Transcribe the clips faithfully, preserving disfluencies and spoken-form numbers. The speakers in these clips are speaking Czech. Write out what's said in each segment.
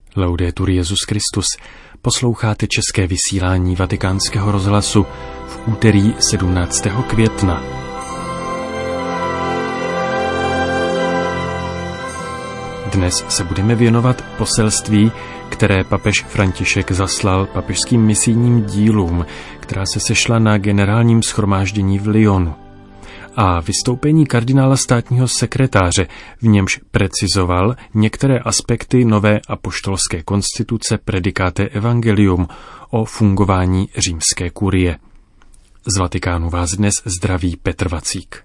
Laudetur Jesus Christus. Posloucháte české vysílání Vatikánského rozhlasu v úterý sedmnáctého května. Dnes se budeme věnovat poselství, které papež František zaslal papežským misijním dílům, která se sešla na generálním shromáždění v Lyonu, a vystoupení kardinála státního sekretáře, v němž precizoval některé aspekty nové apoštolské konstituce Praedicate Evangelium o fungování římské kurie. Z Vatikánu vás dnes zdraví Petr Vacík.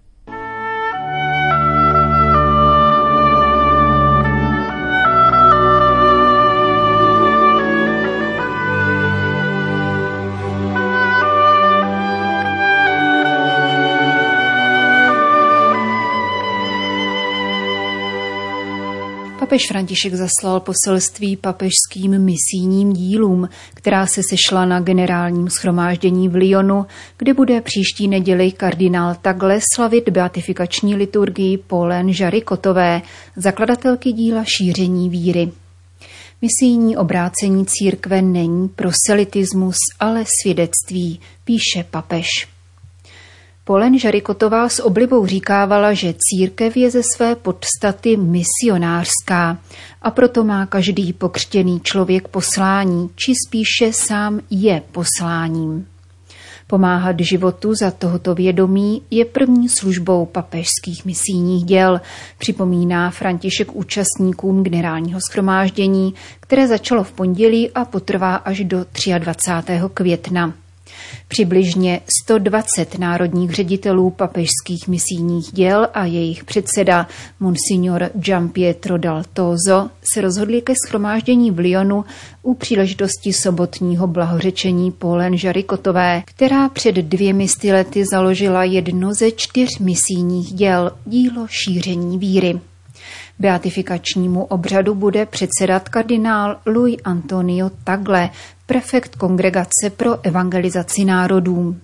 Papež František zaslal poselství papežským misijním dílům, která se sešla na generálním shromáždění v Lyonu, kde bude příští neděli kardinál Tagle slavit beatifikační liturgii Pauline Jaricotové, zakladatelky díla Šíření víry. Misijní obrácení církve není proselitismus, ale svědectví, píše papež. Pauline Jaricotová s oblibou říkávala, že církev je ze své podstaty misionářská a proto má každý pokřtěný člověk poslání, či spíše sám je posláním. Pomáhat životu za tohoto vědomí je první službou papežských misijních děl, připomíná František účastníkům generálního shromáždění, které začalo v pondělí a potrvá až do dvacátého třetího května. Přibližně sto dvacet národních ředitelů papežských misijních děl a jejich předseda Monsignor Gianpietro Daltozo se rozhodli ke shromáždění v Lyonu u příležitosti sobotního blahořečení Pauline Jaricotové, která před dvěmi sty lety založila jedno ze čtyř misijních děl, dílo Šíření víry. Beatifikačnímu obřadu bude předsedat kardinál Luis Antonio Tagle, prefekt Kongregace pro evangelizaci národů.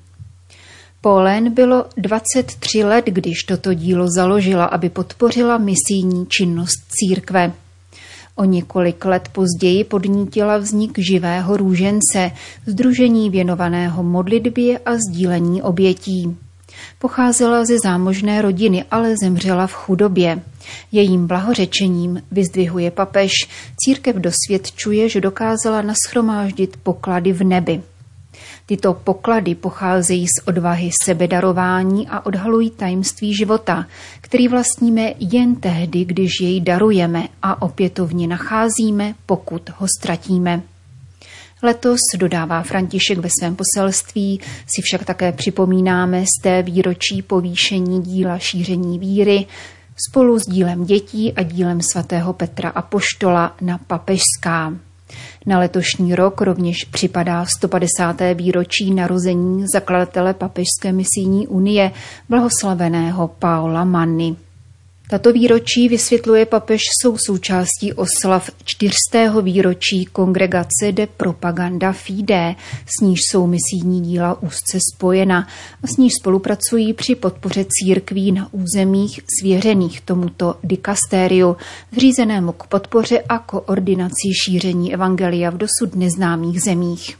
Pauline bylo dvacet tři let, když toto dílo založila, aby podpořila misijní činnost církve. O několik let později podnítila vznik Živého růžence, sdružení věnovaného modlitbě a sdílení obětí. Pocházela ze zámožné rodiny, ale zemřela v chudobě. Jejím blahořečením, vyzdvihuje papež, církev dosvědčuje, že dokázala nashromáždit poklady v nebi. Tyto poklady pocházejí z odvahy sebedarování a odhalují tajemství života, který vlastníme jen tehdy, když jej darujeme a opětovně nacházíme, pokud ho ztratíme. Letos, dodává František ve svém poselství, si však také připomínáme z té výročí povýšení díla Šíření víry spolu s dílem dětí a dílem svatého Petra apoštola na papežská. Na letošní rok rovněž připadá sto padesáté výročí narození zakladatele Papežské misijní unie, blahoslaveného Paola Manni. Tato výročí, vysvětluje papež, jsou součástí oslav čtyřstého výročí Kongregace de Propaganda Fide, s níž jsou misijní díla úzce spojena a s níž spolupracují při podpoře církví na územích svěřených tomuto dikastériu, zřízenému k podpoře a koordinaci šíření evangelia v dosud neznámých zemích.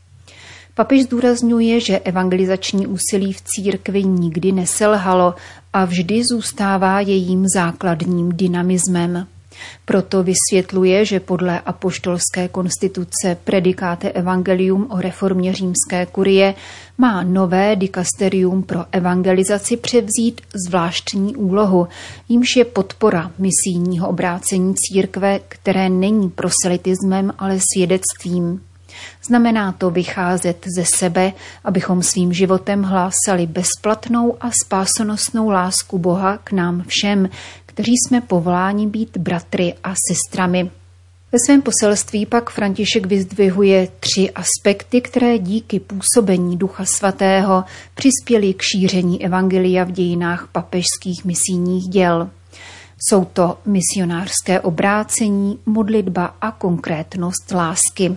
Papež zdůrazňuje, že evangelizační úsilí v církvi nikdy neselhalo a vždy zůstává jejím základním dynamismem. Proto vysvětluje, že podle apoštolské konstituce Praedicate Evangelium o reformě římské kurie má nové dikasterium pro evangelizaci převzít zvláštní úlohu, jímž je podpora misijního obrácení církve, které není proselitismem, ale svědectvím. Znamená to vycházet ze sebe, abychom svým životem hlásali bezplatnou a spásonosnou lásku Boha k nám všem, kteří jsme povoláni být bratry a sestrami. Ve svém poselství pak František vyzdvihuje tři aspekty, které díky působení Ducha Svatého přispěly k šíření evangelia v dějinách papežských misijních děl. Jsou to misionářské obrácení, modlitba a konkrétnost lásky.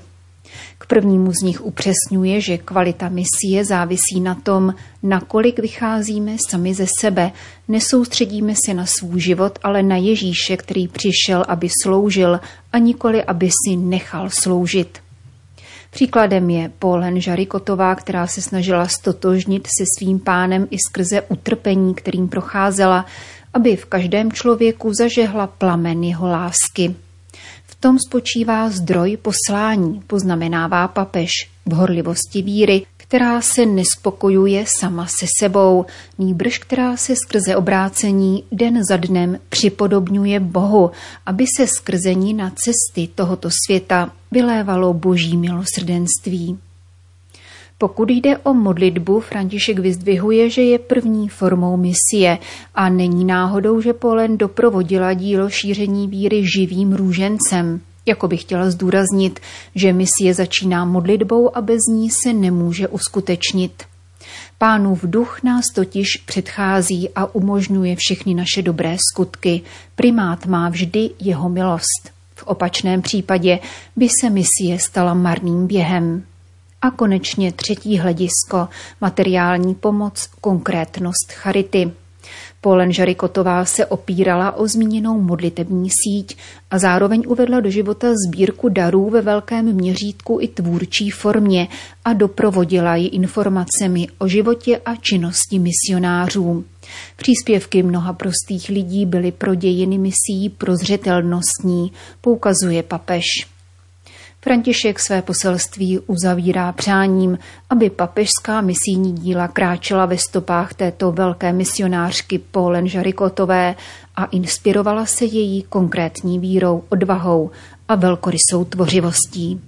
K prvnímu z nich upřesňuje, že kvalita misie závisí na tom, nakolik vycházíme sami ze sebe, nesoustředíme se na svůj život, ale na Ježíše, který přišel, aby sloužil, a nikoli, aby si nechal sloužit. Příkladem je Pauline Jarikotová, která se snažila stotožnit se svým pánem i skrze utrpení, kterým procházela, aby v každém člověku zažehla plamen jeho lásky. V tom spočívá zdroj poslání, poznamenává papež, v horlivosti víry, která se nespokojuje sama se sebou, nýbrž která se skrze obrácení den za dnem připodobňuje Bohu, aby se skrze ní na cesty tohoto světa vylévalo boží milosrdenství. Pokud jde o modlitbu, František vyzdvihuje, že je první formou misie a není náhodou, že Pauline doprovodila dílo šíření víry živým růžencem. Jako by chtěla zdůraznit, že misie začíná modlitbou a bez ní se nemůže uskutečnit. Pánův duch nás totiž předchází a umožňuje všechny naše dobré skutky. Primát má vždy jeho milost. V opačném případě by se misie stala marným během. A konečně třetí hledisko, materiální pomoc, konkrétnost charity. Pauline Jarikotová se opírala o zmíněnou modlitební síť a zároveň uvedla do života sbírku darů ve velkém měřítku i tvůrčí formě a doprovodila ji informacemi o životě a činnosti misionářů. Příspěvky mnoha prostých lidí byly pro dějiny misií prozřetelnostní, poukazuje papež. František své poselství uzavírá přáním, aby papežská misijní díla kráčela ve stopách této velké misionářky Pauline Jarikotové a inspirovala se její konkrétní vírou, odvahou a velkorysou tvořivostí.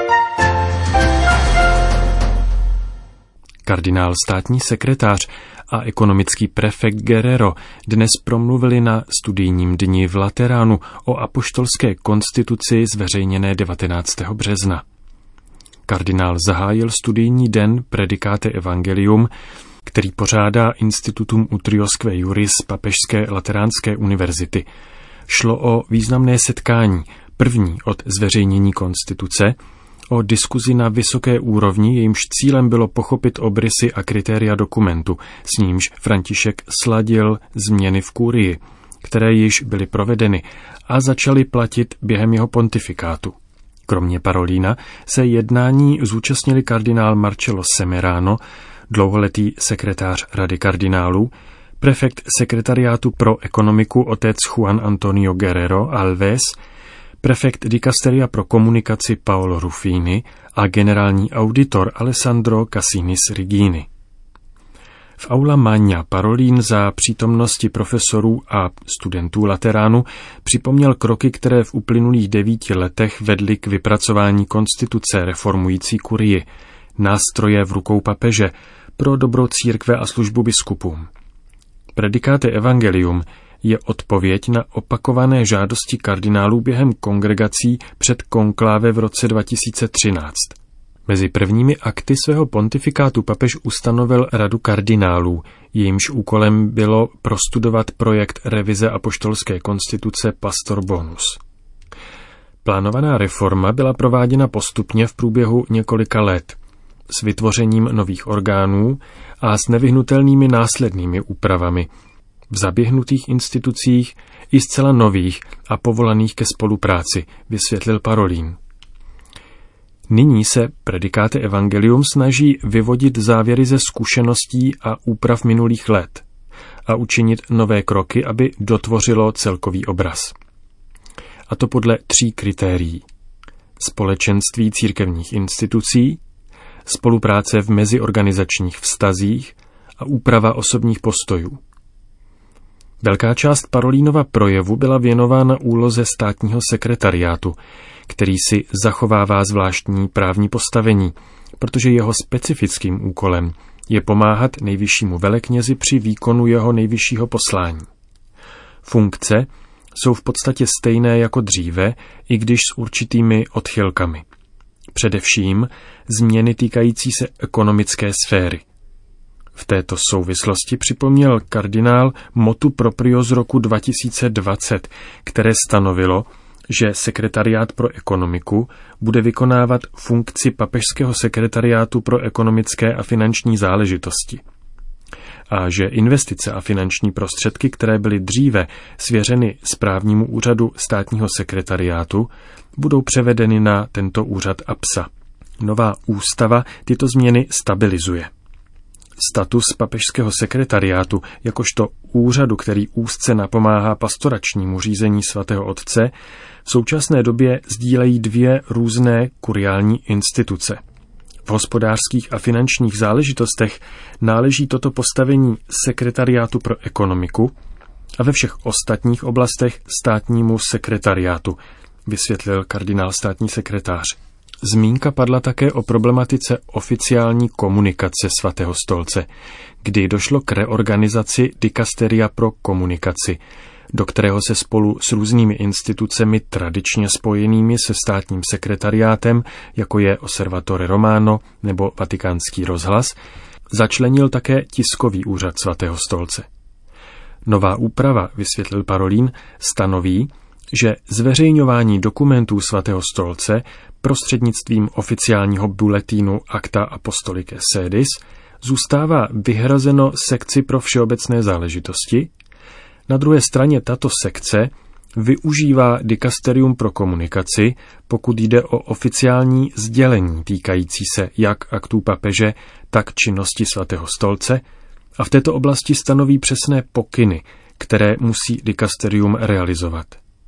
Kardinál státní sekretář a ekonomický prefekt Guerrero dnes promluvili na studijním dni v Lateránu o apoštolské konstituci zveřejněné devatenáctého března. Kardinál zahájil studijní den Predicate Evangelium, který pořádá Institutum Utriosque Juris Papežské lateránské univerzity. Šlo o významné setkání, první od zveřejnění konstituce, o diskuzi na vysoké úrovni, jejímž cílem bylo pochopit obrysy a kritéria dokumentu, s nímž František sladil změny v kurii, které již byly provedeny a začaly platit během jeho pontifikátu. Kromě Parolína se jednání zúčastnili kardinál Marcello Semerano, dlouholetý sekretář Rady kardinálů, prefekt sekretariátu pro ekonomiku otec Juan Antonio Guerrero Alves, prefekt dikasteria pro komunikaci Paolo Ruffini a generální auditor Alessandro Cassinis Rigini. V aula Magna Parolín za přítomnosti profesorů a studentů Lateránu připomněl kroky, které v uplynulých devíti letech vedly k vypracování konstituce reformující kurii, nástroje v rukou papeže pro dobro církve a službu biskupům. Predicate Evangelium je odpověď na opakované žádosti kardinálů během kongregací před konkláve v roce dva tisíce třináct. Mezi prvními akty svého pontifikátu papež ustanovil Radu kardinálů, jejímž úkolem bylo prostudovat projekt revize apoštolské konstituce Pastor Bonus. Plánovaná reforma byla prováděna postupně v průběhu několika let, s vytvořením nových orgánů a s nevyhnutelnými následnými úpravami, v zaběhnutých institucích i zcela nových a povolaných ke spolupráci, vysvětlil Parolín. Nyní se Predicate Evangelium snaží vyvodit závěry ze zkušeností a úprav minulých let a učinit nové kroky, aby dotvořilo celkový obraz. A to podle tří kritérií. Společenství církevních institucí, spolupráce v meziorganizačních vztazích a úprava osobních postojů. Velká část Parolínova projevu byla věnována úloze státního sekretariátu, který si zachovává zvláštní právní postavení, protože jeho specifickým úkolem je pomáhat nejvyššímu veleknězi při výkonu jeho nejvyššího poslání. Funkce jsou v podstatě stejné jako dříve, i když s určitými odchylkami. Především změny týkající se ekonomické sféry. V této souvislosti připomněl kardinál motu proprio z roku dva tisíce dvacet, které stanovilo, že sekretariát pro ekonomiku bude vykonávat funkci papežského sekretariátu pro ekonomické a finanční záležitosti. A že investice a finanční prostředky, které byly dříve svěřeny správnímu úřadu státního sekretariátu, budou převedeny na tento úřad A P S A. Nová ústava tyto změny stabilizuje. Status papežského sekretariátu jakožto úřadu, který úzce napomáhá pastoračnímu řízení svatého otce, v současné době sdílejí dvě různé kuriální instituce. V hospodářských a finančních záležitostech náleží toto postavení sekretariátu pro ekonomiku a ve všech ostatních oblastech státnímu sekretariátu, vysvětlil kardinál státní sekretář. Zmínka padla také o problematice oficiální komunikace svatého stolce, kdy došlo k reorganizaci dikasteria pro komunikaci, do kterého se spolu s různými institucemi tradičně spojenými se státním sekretariátem, jako je Osservatore Romano nebo Vatikánský rozhlas, začlenil také tiskový úřad svatého stolce. Nová úprava, vysvětlil Parolin, stanoví, že zveřejňování dokumentů svatého stolce prostřednictvím oficiálního bulletínu Acta Apostolicae Sedis zůstává vyhrazeno sekci pro všeobecné záležitosti. Na druhé straně tato sekce využívá dikasterium pro komunikaci, pokud jde o oficiální sdělení týkající se jak aktů papeže, tak činnosti svatého stolce a v této oblasti stanoví přesné pokyny, které musí dikasterium realizovat.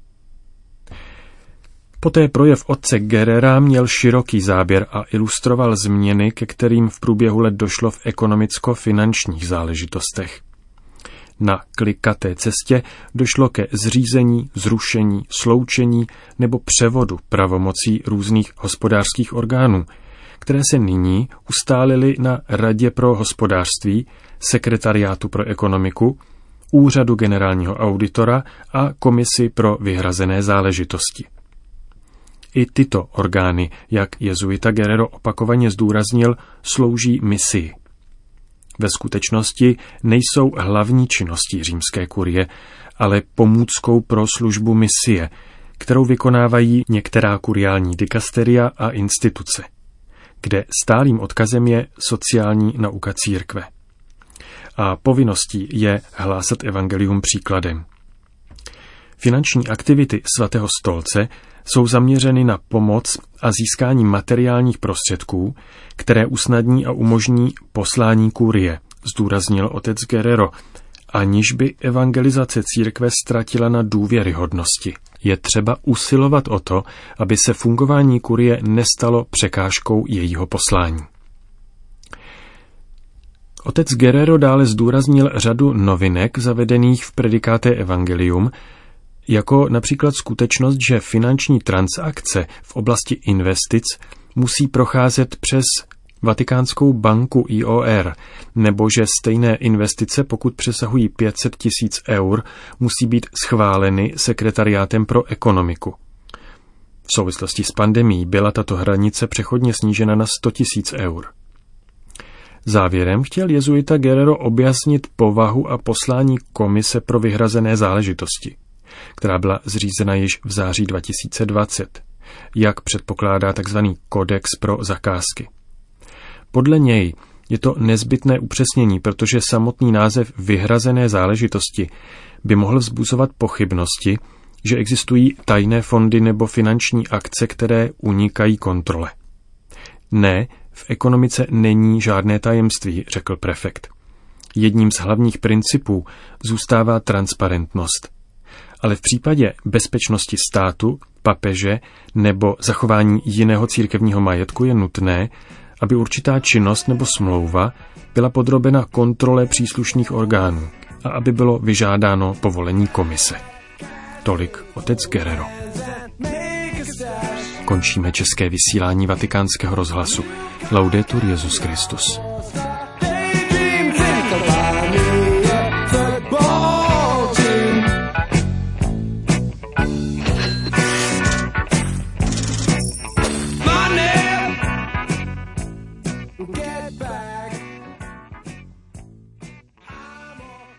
Poté projev otce Guerrera měl široký záběr a ilustroval změny, ke kterým v průběhu let došlo v ekonomicko-finančních záležitostech. Na klikaté cestě došlo ke zřízení, zrušení, sloučení nebo převodu pravomocí různých hospodářských orgánů, které se nyní ustálily na Radě pro hospodářství, Sekretariátu pro ekonomiku, Úřadu generálního auditora a Komisi pro vyhrazené záležitosti. I tyto orgány, jak jezuita Guerrero opakovaně zdůraznil, slouží misii. Ve skutečnosti nejsou hlavní činností římské kurie, ale pomůckou pro službu misie, kterou vykonávají některá kuriální dikasteria a instituce, kde stálým odkazem je sociální nauka církve. A povinností je hlásat evangelium příkladem. Finanční aktivity svatého stolce jsou zaměřeny na pomoc a získání materiálních prostředků, které usnadní a umožní poslání kurie, zdůraznil otec Guerrero, aniž by evangelizace církve ztratila na důvěryhodnosti. Je třeba usilovat o to, aby se fungování kurie nestalo překážkou jejího poslání. Otec Guerrero dále zdůraznil řadu novinek zavedených v Predicate Evangelium, jako například skutečnost, že finanční transakce v oblasti investic musí procházet přes Vatikánskou banku I O R, nebo že stejné investice, pokud přesahují pět set tisíc eur, musí být schváleny sekretariátem pro ekonomiku. V souvislosti s pandemií byla tato hranice přechodně snížena na sto tisíc eur. Závěrem chtěl jezuita Guerrero objasnit povahu a poslání Komise pro vyhrazené záležitosti, která byla zřízena již v září dva tisíce dvacet, jak předpokládá tzv. Kodex pro zakázky. Podle něj je to nezbytné upřesnění, protože samotný název vyhrazené záležitosti by mohl vzbuzovat pochybnosti, že existují tajné fondy nebo finanční akce, které unikají kontrole. Ne, v ekonomice není žádné tajemství, řekl prefekt. Jedním z hlavních principů zůstává transparentnost. Ale v případě bezpečnosti státu, papeže nebo zachování jiného církevního majetku je nutné, aby určitá činnost nebo smlouva byla podrobena kontrole příslušných orgánů a aby bylo vyžádáno povolení komise. Tolik otec Guerrero. Končíme české vysílání Vatikánského rozhlasu. Laudetur Jesus Christus.